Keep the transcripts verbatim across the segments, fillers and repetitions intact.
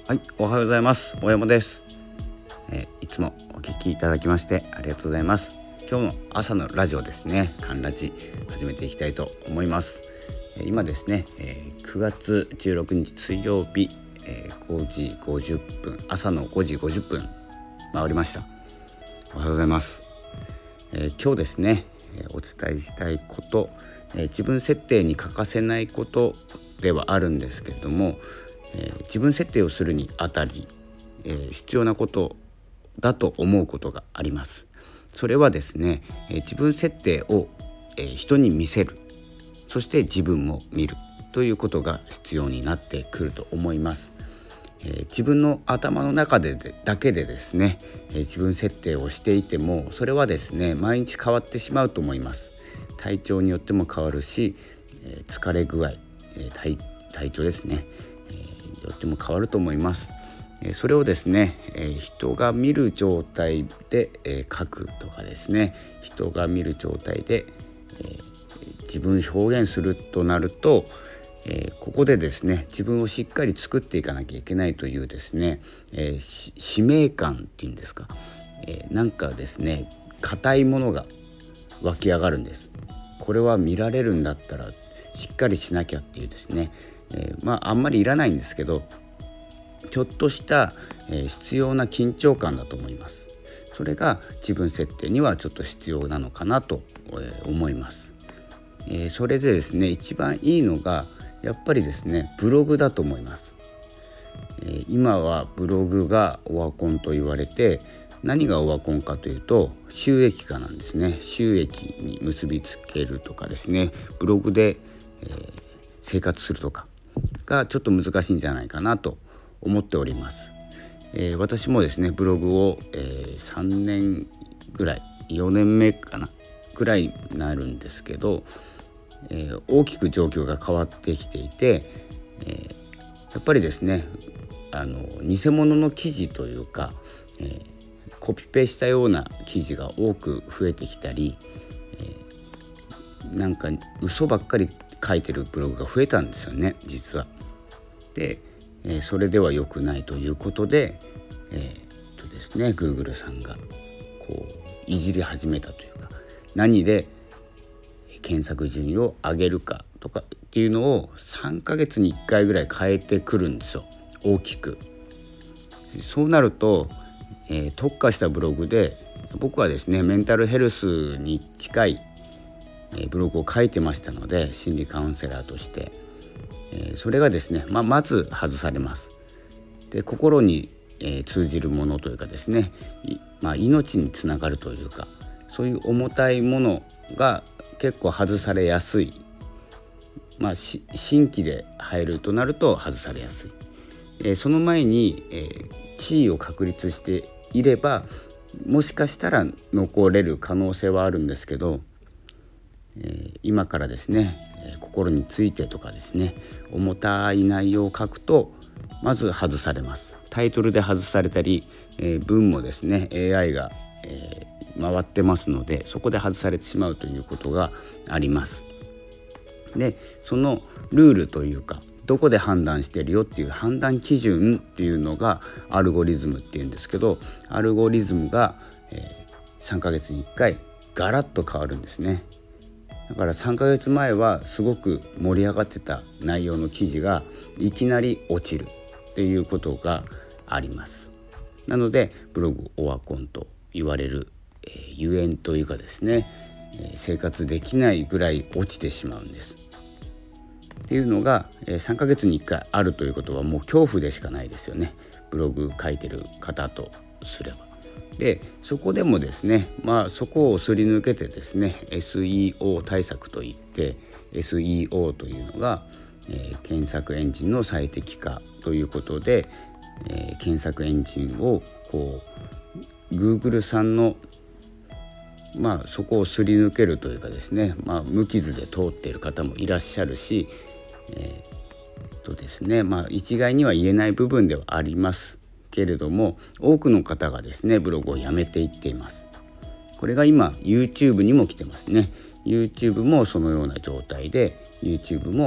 はい、おはようございます。大山です、えー、いつもお聞きいただきましてありがとうございます。今日も朝のラジオですね、カンラジ始めていきたいと思います。えー、今ですね、えー、くがつじゅうろくにち水曜日、えー、ごじごじゅっぷん朝のごじごじゅっぷん回りました。おはようございます。えー、今日ですね、えー、お伝えしたいこと、えー、自分設定に欠かせないことではあるんですけれども、えー、自分設定をするにあたり、えー、必要なことだと思うことがあります。それはですね、えー、自分設定を、えー、人に見せる、そして自分も見るということが必要になってくると思います。えー、自分の頭の中ででだけでですね、えー、自分設定をしていてもそれはですね毎日変わってしまうと思います。体調によっても変わるし、えー、疲れ具合、えー、体, 体調ですね、えー、よっても変わると思います。えー、それをですね、えー、人が見る状態で、えー、書くとかですね、人が見る状態で、えー、自分を表現するとなると、えー、ここでですね自分をしっかり作っていかなきゃいけないというですね、えー、使命感っていうんですか、えー、なんかですね固いものが湧き上がるんです。これは見られるんだったらしっかりしなきゃっていうですね、えー、まああんまりいらないんですけどちょっとした、えー、必要な緊張感だと思います。それが自分設定にはちょっと必要なのかなと、えー、思います。えー、それでですね一番いいのがやっぱりですねブログだと思います。えー、今はブログがオワコンと言われて、何がオワコンかというと収益化なんですね。収益に結びつけるとかですね、ブログで、えー、生活するとかがちょっと難しいんじゃないかなと思っております。えー、私もですねブログを、えー、さんねんぐらいよねんめかなぐらいになるんですけど、えー、大きく状況が変わってきていて、えー、やっぱりですねあの偽物の記事というか、えー、コピペしたような記事が多く増えてきたり、えー、なんか嘘ばっかり書いてるブログが増えたんですよね実は。で、えー、それでは良くないということで、えー、とですね Google さんがこういじり始めたというか、何で検索順位を上げるかとかっていうのをさんかげつにいっかいぐらい変えてくるんですよ、大きく。そうなると、えー、特化したブログで僕はですねメンタルヘルスに近い、えー、ブログを書いてましたので、心理カウンセラーとして、えー、それがですね、まあ、まず外されます。で心に、えー、通じるものというかですね、まあ、命につながるというか、そういう重たいものが結構外されやすい、まあ、新規で入るとなると外されやすい、えー、その前に、えー、地位を確立していればもしかしたら残れる可能性はあるんですけど、えー、今からですね、えー、心についてとかですね重たい内容を書くとまず外されます。タイトルで外されたり、えー、文もですね エーアイ が、えー回ってますので、そこで外されてしまうということがあります。でそのルールというか、どこで判断してるよっていう判断基準っていうのがアルゴリズムっていうんですけど、アルゴリズムが、えー、さんかげつにいっかいガラッと変わるんですね。だからさんかげつまえはすごく盛り上がってた内容の記事がいきなり落ちるっていうことがあります。なのでブログオワコンと言われるえー、ゆえんというかですね、えー、生活できないぐらい落ちてしまうんですっていうのが、えー、さんかげつにいっかいあるということはもう恐怖でしかないですよね、ブログ書いてる方とすれば。でそこでもですね、まあそこをすり抜けてですね エスイーオー 対策といって、 エスイーオー というのが、えー、検索エンジンの最適化ということで、えー、検索エンジンをこう Google さんのまあ、そこをすり抜けるというかですね、まあ、無傷で通っている方もいらっしゃるし、えー、とですね、まあ、一概には言えない部分ではありますけれども、多くの方がですねブログをやめていっています。これが今 YouTube にも来てますね。 YouTube もそのような状態で YouTube も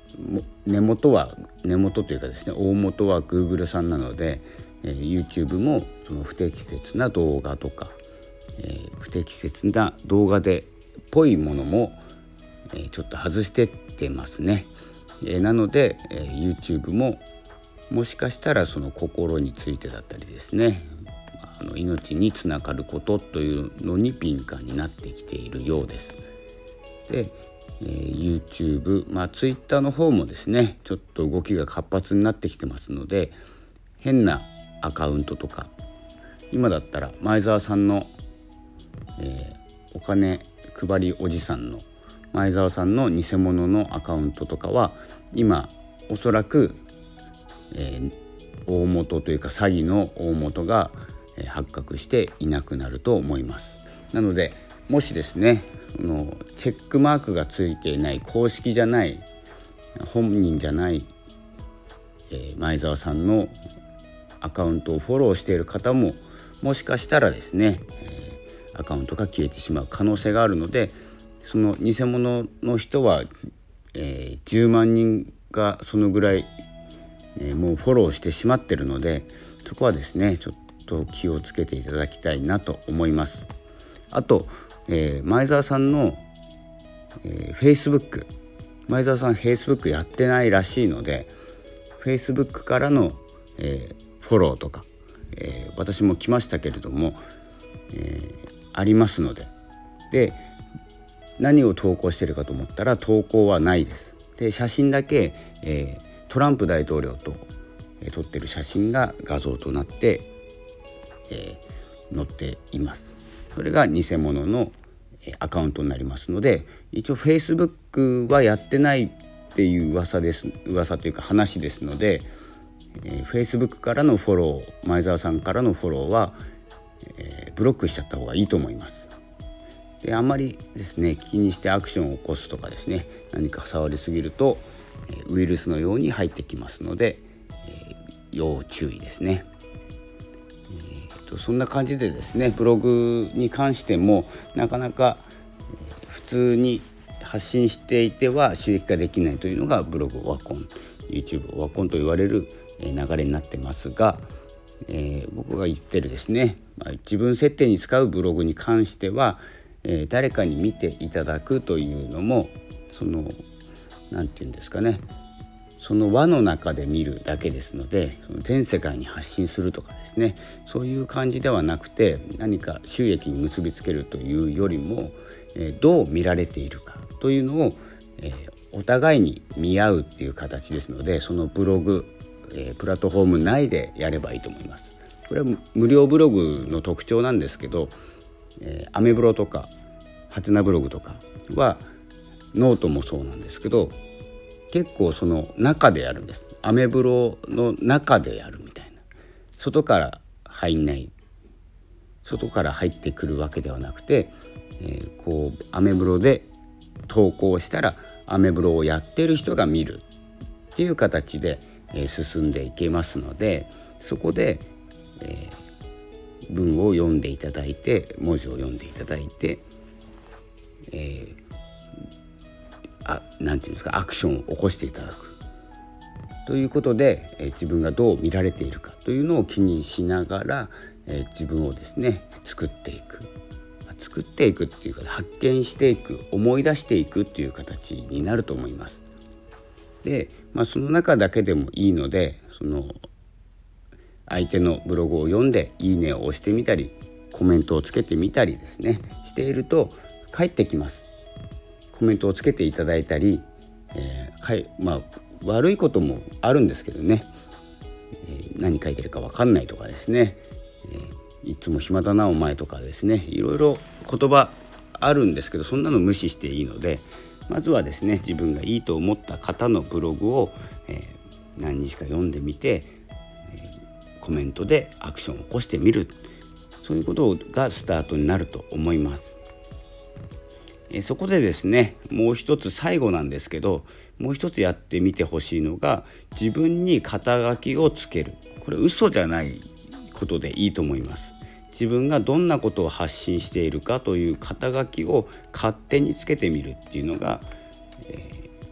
根元は根元というかですね大元は Google さんなので、えー、YouTube もその不適切な動画とか、えー、不適切な動画でっぽいものも、えー、ちょっと外してってますね。えー、なので、えー、YouTube ももしかしたらその心についてだったりですね、あの命につながることというのに敏感になってきているようです。で、えー、YouTube、まあ、Twitter の方もですねちょっと動きが活発になってきてますので、変なアカウントとか、今だったら前澤さんの、えー、お金配りおじさんの前澤さんの偽物のアカウントとかは今おそらく、えー、大元というか詐欺の大元が、えー、発覚していなくなると思います。なのでもしですねのチェックマークがついていない公式じゃない本人じゃない、えー、前澤さんのアカウントをフォローしている方ももしかしたらですね、えー、アカウントが消えてしまう可能性があるので、その偽物の人は、えー、じゅうまんにんがそのぐらい、えー、もうフォローしてしまっているので、そこはですねちょっと気をつけていただきたいなと思います。あとえー、前澤さんの、えー、Facebook 前澤さん Facebook やってないらしいので Facebook からの、えー、フォローとか、えー、私も来ましたけれども、えー、ありますので、で何を投稿しているかと思ったら投稿はないです。で写真だけ、えー、トランプ大統領と、えー、撮ってる写真が画像となって、えー、載っています。それが偽物のアカウントになりますので、一応 Facebook はやってないっていう噂です噂というか話ですので、えー、Facebook からのフォロー前澤さんからのフォローは、えー、ブロックしちゃった方がいいと思います。であんまりですね気にしてアクションを起こすとかですね何か触りすぎると、えー、ウイルスのように入ってきますので、えー、要注意ですね。そんな感じでですねブログに関してもなかなか普通に発信していては収益化できないというのがブログオワコン YouTube オワコンと言われる流れになってますが、えー、僕が言ってるですね、まあ、自分設定に使うブログに関しては、えー、誰かに見ていただくというのもそのなんていうんですかねその輪の中で見るだけですので、その全世界に発信するとかですねそういう感じではなくて何か収益に結びつけるというよりも、えー、どう見られているかというのを、えー、お互いに見合うっていう形ですので、そのブログ、えー、プラットフォーム内でやればいいと思います。これは無料ブログの特徴なんですけど、えー、アメブロとかハテナブログとかはノートもそうなんですけど結構その中でやるんです。アメブロの中でやるみたいな、外から入んない外から入ってくるわけではなくて、えー、こうアメブロで投稿したらアメブロをやってる人が見るっていう形で、えー、進んでいけますので、そこで、えー、文を読んでいただいて文字を読んでいただいて、えーあなんていうんですかアクションを起こしていただくということで、えー、自分がどう見られているかというのを気にしながら、えー、自分をですね作っていく作っていくっていうか発見していく思い出していくっていう形になると思います。で、まあ、その中だけでもいいのでその相手のブログを読んでいいねを押してみたりコメントをつけてみたりですねしていると返ってきます。コメントをつけていただいたり、えーかいまあ、悪いこともあるんですけどね、えー、何書いてるか分かんないとかですね、えー、いつも暇だなお前とかですねいろいろ言葉あるんですけどそんなの無視していいのでまずはですね自分がいいと思った方のブログを、えー、何日か読んでみて、えー、コメントでアクションを起こしてみるそういうことがスタートになると思います。えそこでですねもう一つ最後なんですけどもう一つやってみてほしいのが自分に肩書きをつける。これ嘘じゃないことでいいと思います。自分がどんなことを発信しているかという肩書きを勝手につけてみるっていうのが、えー、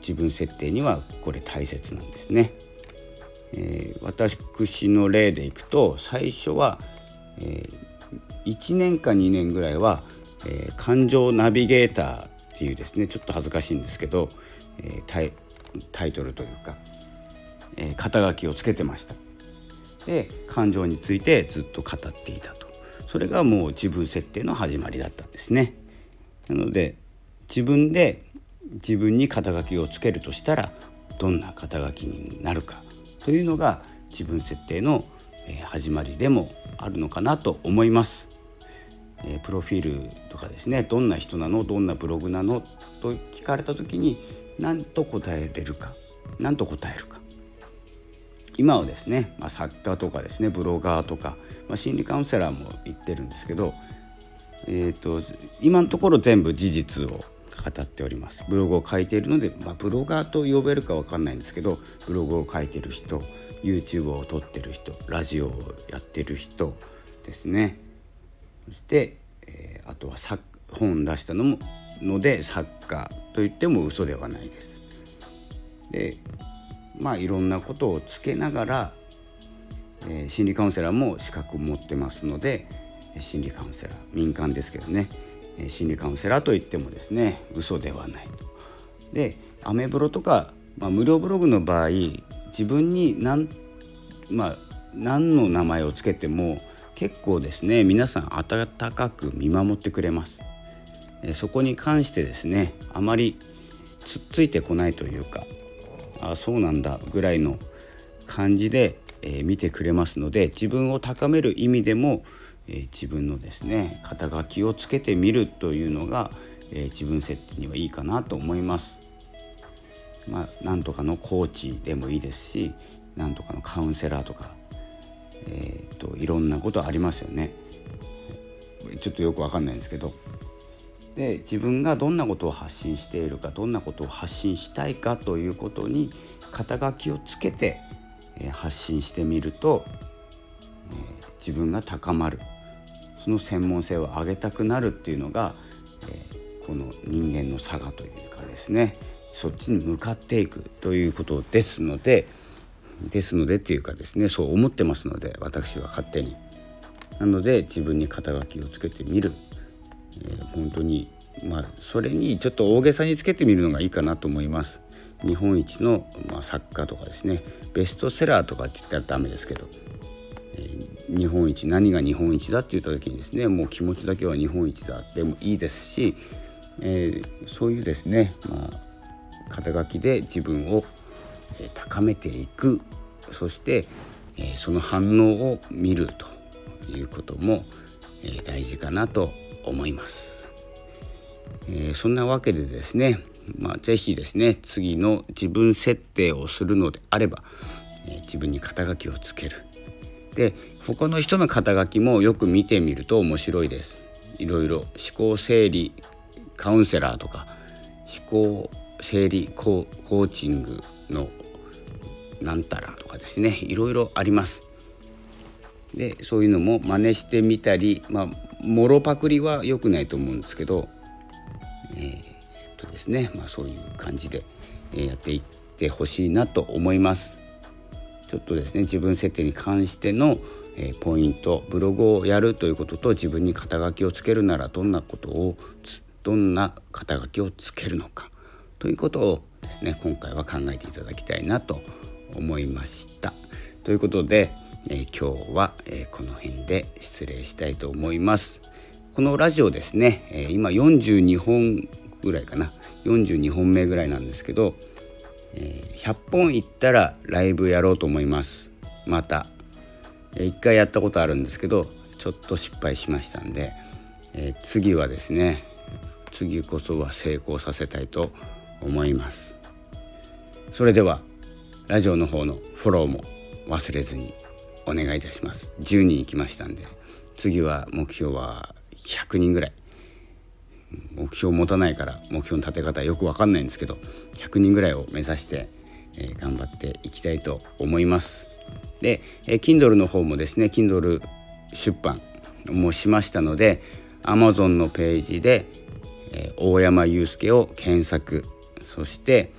自分設定にはこれ大切なんですね。えー、私の例でいくと最初は、えー、いちねんかにねんぐらいは、えー、感情ナビゲーターっていうですね、ちょっと恥ずかしいんですけど、えー、タイ、タイトルというか、えー、肩書きをつけてました。で感情についてずっと語っていたと。それがもう自分設定の始まりだったんですね。なので自分で自分に肩書きをつけるとしたらどんな肩書きになるかというのが自分設定の始まりでもあるのかなと思います。えー、プロフィールとかですね、どんな人なの、どんなブログなのと聞かれた時に何と答えれるか、何と答えるか。今はですね、まあ、作家とかですね、ブロガーとか、まあ、心理カウンセラーも言ってるんですけど、えーと、今のところ全部事実を語っております。ブログを書いているので、まあ、ブロガーと呼べるか分かんないんですけど、ブログを書いている人、 YouTube を撮ってる人、ラジオをやってる人ですね。そして、えー、あとは作本出したのもので作家と言っても嘘ではないです。でまあいろんなことをつけながら、えー、心理カウンセラーも資格を持ってますので、心理カウンセラー、民間ですけどね、えー、心理カウンセラーといってもですね嘘ではないと。でアメブロとか、まあ、無料ブログの場合自分に何、まあ、何の名前をつけても結構ですね皆さん温かく見守ってくれます。えー、そこに関してですねあまりつっついてこないというか、あそうなんだぐらいの感じで、えー、見てくれますので、自分を高める意味でも、えー、自分のですね肩書きをつけてみるというのが、えー、自分設定にはいいかなと思います。まあなんとかのコーチでもいいですし、なんとかのカウンセラーとか、えー、といろんなことありますよね。ちょっとよくわかんないんですけど、で自分がどんなことを発信しているか、どんなことを発信したいかということに肩書きをつけて、えー、発信してみると、えー、自分が高まる、その専門性を上げたくなるっていうのが、えー、この人間の差がというかですね、そっちに向かっていくということですのでですのでっていうかですね、そう思ってますので、私は勝手に。なので自分に肩書きをつけてみる、えー、本当にまあそれにちょっと大げさにつけてみるのがいいかなと思います。日本一の、まあ、作家とかですね、ベストセラーとかって言ったらダメですけど、えー、日本一、何が日本一だって言った時にですね、もう気持ちだけは日本一だでもいいですし、えー、そういうですね、まあ、肩書きで自分を高めていく、そして、えー、その反応を見るということも、えー、大事かなと思います。えー、そんなわけでですね、まあ、ぜひですね次の自分設定をするのであれば、えー、自分に肩書きをつける。で他の人の肩書きもよく見てみると面白いです。いろいろ思考整理カウンセラーとか思考整理コー、コーチングのなんたらとかですね、いろいろあります。でそういうのも真似してみたり、まあもろパクリは良くないと思うんですけど、えー、っとですね、まあそういう感じでやっていってほしいなと思います。ちょっとですね自分設定に関しての、えー、ポイント、ブログをやるということと自分に肩書きをつけるならどんなことをどんな肩書きをつけるのかということをですね今回は考えていただきたいなと思いました。ということで、えー、今日は、えー、この辺で失礼したいと思います。このラジオですね、えー、今よんじゅうにほんぐらいかな、よんじゅうにほんめぐらいなんですけど、えー、ひゃっぽんいったらライブやろうと思います。また、えー、いっかいやったことあるんですけどちょっと失敗しましたんで、えー、次はですね次こそは成功させたいと思います。それではラジオの方のフォローも忘れずにお願いいたします。じゅうにんいきましたんで、次は目標はひゃくにんぐらい。目標を持たないから目標の立て方よく分かんないんですけど、ひゃくにんぐらいを目指して、えー、頑張っていきたいと思います。で、えー、Kindle の方もですね Kindle 出版もしましたので Amazon のページで、えー、大山祐介を検索、そして、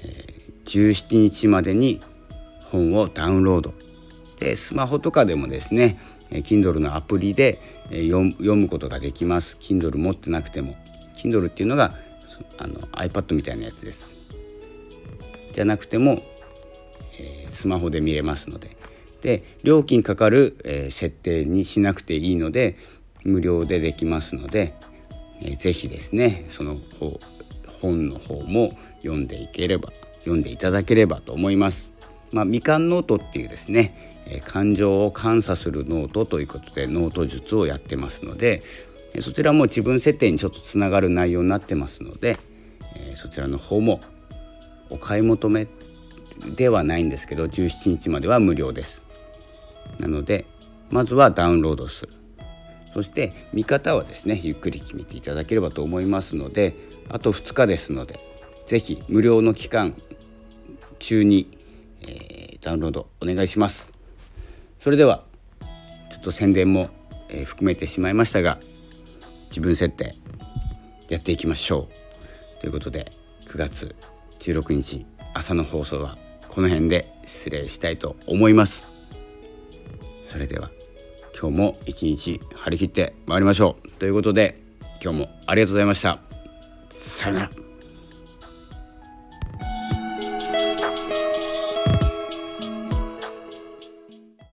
じゅうしちにちまでに本をダウンロードで、スマホとかでもですね Kindle のアプリで読む、読むことができます。 Kindle 持ってなくても Kindle っていうのがあの iPad みたいなやつです。じゃなくても、えー、スマホで見れますので、で料金かかる、えー、設定にしなくていいので無料でできますので、えー、ぜひですねその方本の方も読んでいければ読んでいただければと思います。まあ、みかんノートっていうですね、えー、感情を監査するノートということでノート術をやってますので、えー、そちらも自分設定にちょっとつながる内容になってますので、えー、そちらの方もお買い求めではないんですけどじゅうしちにちまでは無料です。なのでまずはダウンロードする、そして見方はですねゆっくり決めていただければと思いますので、あとふつかですのでぜひ無料の期間中に、えー、ダウンロードお願いします。それではちょっと宣伝も、えー、含めてしまいましたが、自分設定やっていきましょうということで、くがつじゅうろくにち朝の放送はこの辺で失礼したいと思います。それでは今日も一日張り切ってまいりましょうということで、今日もありがとうございました。さよなら。